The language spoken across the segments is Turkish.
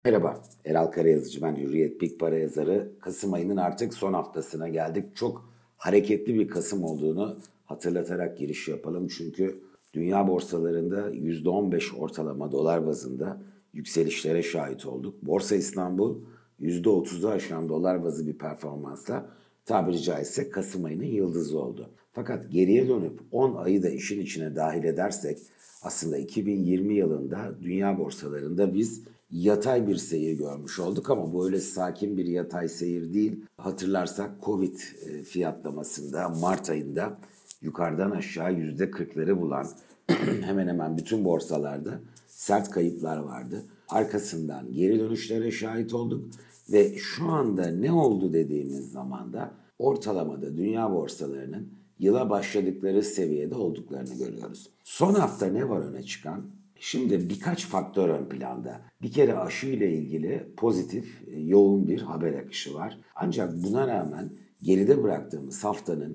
Merhaba, Eral Karayazıcı ben, Hürriyet Big Para yazarı. Kasım ayının artık son haftasına geldik. Çok hareketli bir Kasım olduğunu hatırlatarak giriş yapalım. Çünkü dünya borsalarında %15 ortalama dolar bazında yükselişlere şahit olduk. Borsa İstanbul %30'u aşan dolar bazı bir performansla tabiri caizse Kasım ayının yıldızı oldu. Fakat geriye dönüp 10 ayı da işin içine dahil edersek aslında 2020 yılında dünya borsalarında biz yatay bir seyir görmüş olduk ama bu öyle sakin bir yatay seyir değil. Hatırlarsak Covid fiyatlamasında Mart ayında yukarıdan aşağı %40'ları bulan hemen hemen bütün borsalarda sert kayıplar vardı. Arkasından geri dönüşlere şahit olduk ve şu anda ne oldu dediğimiz zaman da ortalamada dünya borsalarının yıla başladıkları seviyede olduklarını görüyoruz. Son hafta ne var öne çıkan? Şimdi birkaç faktör ön planda. Bir kere aşı ile ilgili pozitif, yoğun bir haber akışı var. Ancak buna rağmen geride bıraktığımız haftanın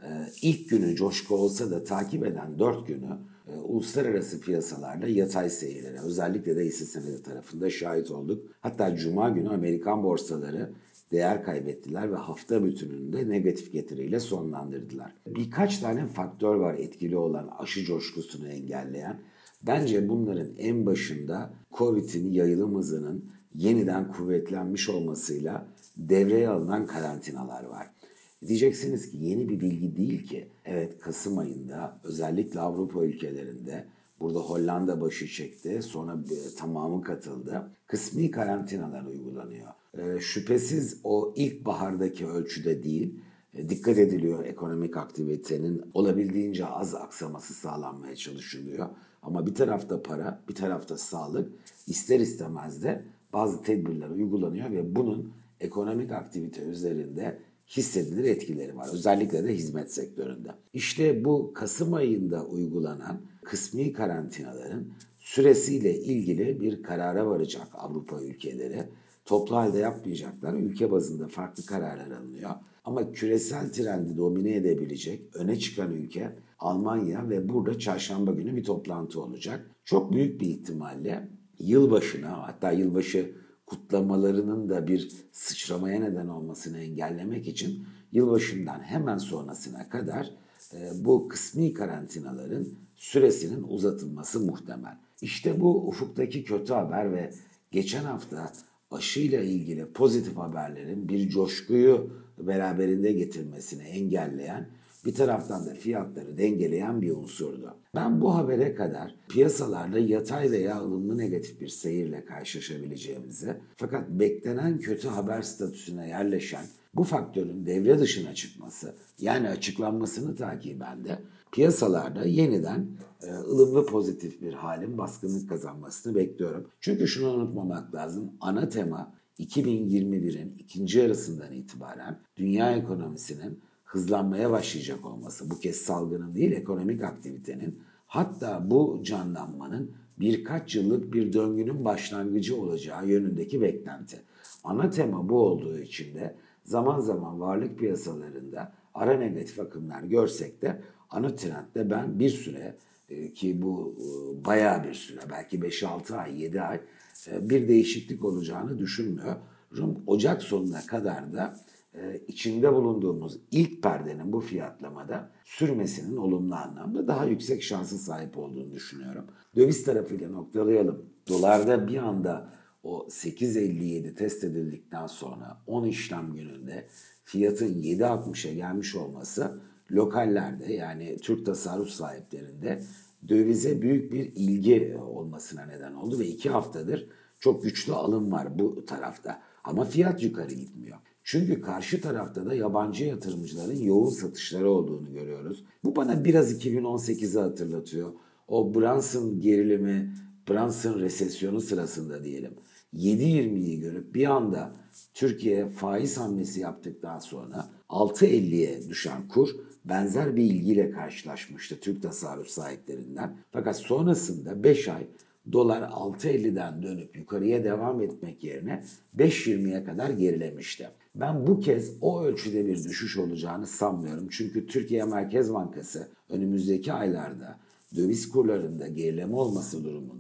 ilk günü coşku olsa da takip eden 4 günü uluslararası piyasalarda yatay seyirlere, özellikle de hisse senedi tarafında şahit olduk. Hatta Cuma günü Amerikan borsaları değer kaybettiler ve hafta bütününde negatif getiriyle sonlandırdılar. Birkaç tane faktör var etkili olan aşı coşkusunu engelleyen. Bence bunların en başında Covid'in yayılım hızının yeniden kuvvetlenmiş olmasıyla devreye alınan karantinalar var. Diyeceksiniz ki yeni bir bilgi değil ki. Evet, Kasım ayında özellikle Avrupa ülkelerinde, burada Hollanda başı çekti, sonra tamamı katıldı. Kısmi karantinalar uygulanıyor. Şüphesiz o ilkbahardaki ölçüde değil, dikkat ediliyor, ekonomik aktivitenin olabildiğince az aksaması sağlanmaya çalışılıyor. Ama bir tarafta para, bir tarafta sağlık, ister istemez de bazı tedbirler uygulanıyor ve bunun ekonomik aktivite üzerinde hissedilir etkileri var. Özellikle de hizmet sektöründe. İşte bu Kasım ayında uygulanan kısmi karantinaların süresiyle ilgili bir karara varacak Avrupa ülkeleri. Toplu halde yapmayacaklar. Ülke bazında farklı kararlar alınıyor. Ama küresel trendi domine edebilecek öne çıkan ülke Almanya ve burada çarşamba günü bir toplantı olacak. Çok büyük bir ihtimalle yılbaşına, hatta yılbaşı kutlamalarının da bir sıçramaya neden olmasını engellemek için yılbaşından hemen sonrasına kadar bu kısmi karantinaların süresinin uzatılması muhtemel. İşte bu ufuktaki kötü haber ve geçen hafta aşıyla ilgili pozitif haberlerin bir coşkuyu beraberinde getirmesini engelleyen, bir taraftan da fiyatları dengeleyen bir unsurdu. Ben bu habere kadar piyasalarda yatay veya ılımlı negatif bir seyirle karşılaşabileceğimizi, fakat beklenen kötü haber statüsüne yerleşen bu faktörün devre dışına çıkması, yani açıklanmasını takiben de piyasalarda yeniden ılımlı pozitif bir halin baskınlık kazanmasını bekliyorum. Çünkü şunu unutmamak lazım, ana tema 2021'in ikinci yarısından itibaren dünya ekonomisinin hızlanmaya başlayacak olması, bu kez salgının değil ekonomik aktivitenin, hatta bu canlanmanın birkaç yıllık bir döngünün başlangıcı olacağı yönündeki beklenti. Ana tema bu olduğu için de zaman zaman varlık piyasalarında ara negatif akımlar görsek de ana trendde ben bir süre ki bu bayağı bir süre, belki 5-6 ay, 7 ay bir değişiklik olacağını düşünmüyorum. Ocak sonuna kadar da içinde bulunduğumuz ilk perdenin bu fiyatlamada sürmesinin olumlu anlamda daha yüksek şansı sahip olduğunu düşünüyorum. Döviz tarafıyla noktalayalım. Dolarda bir anda o 8.57 test edildikten sonra 10 işlem gününde fiyatın 7.60'a gelmiş olması lokallerde, yani Türk tasarruf sahiplerinde dövize büyük bir ilgi olmasına neden oldu ve 2 haftadır çok güçlü alım var bu tarafta. Ama fiyat yukarı gitmiyor. Çünkü karşı tarafta da yabancı yatırımcıların yoğun satışları olduğunu görüyoruz. Bu bana biraz 2018'i hatırlatıyor. O Brunson gerilimi, Brunson resesyonu sırasında diyelim. 7.20'yi görüp bir anda Türkiye faiz hamlesi yaptıktan sonra 6.50'ye düşen kur benzer bir ilgiyle karşılaşmıştı Türk tasarruf sahiplerinden. Fakat sonrasında 5 ay dolar 6.50'den dönüp yukarıya devam etmek yerine 5.20'ye kadar gerilemişti. Ben bu kez o ölçüde bir düşüş olacağını sanmıyorum. Çünkü Türkiye Merkez Bankası önümüzdeki aylarda döviz kurlarında gerileme olması durumunda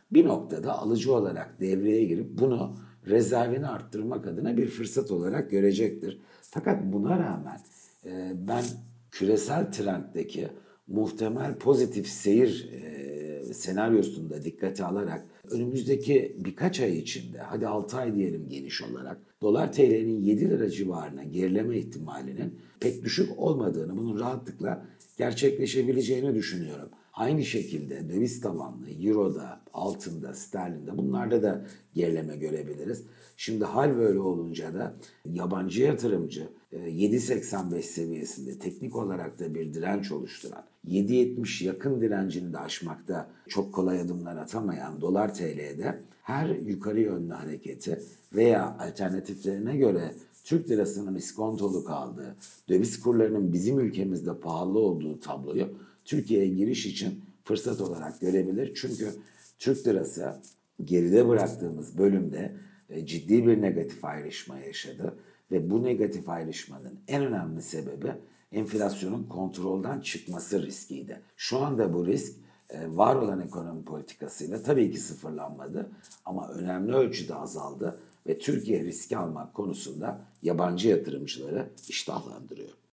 bir noktada alıcı olarak devreye girip bunu rezervini arttırmak adına bir fırsat olarak görecektir. Fakat buna rağmen ben küresel trenddeki muhtemel pozitif seyir senaryosunu da dikkate alarak önümüzdeki birkaç ay içinde, hadi 6 ay diyelim geniş olarak, dolar TL'nin 7 lira civarına gerileme ihtimalinin pek düşük olmadığını, bunun rahatlıkla gerçekleşebileceğini düşünüyorum. Aynı şekilde döviz tabanlı, Euro'da, altında, sterlinde bunlarda da gerileme görebiliriz. Şimdi hal böyle olunca da yabancı yatırımcı 7.85 seviyesinde teknik olarak da bir direnç oluşturan, 7.70 yakın direncini de aşmakta çok kolay adımlar atamayan dolar TL'de her yukarı yönlü hareketi veya alternatiflerine göre Türk lirasının iskontolu kaldığı, döviz kurlarının bizim ülkemizde pahalı olduğu tabloyu Türkiye'ye giriş için fırsat olarak görebilir. Çünkü Türk lirası geride bıraktığımız bölümde ciddi bir negatif ayrışma yaşadı ve bu negatif ayrışmanın en önemli sebebi enflasyonun kontrolden çıkması riskiydi. Şu anda bu risk var olan ekonomi politikasıyla tabii ki sıfırlanmadı ama önemli ölçüde azaldı ve Türkiye riski almak konusunda yabancı yatırımcıları iştahlandırıyor.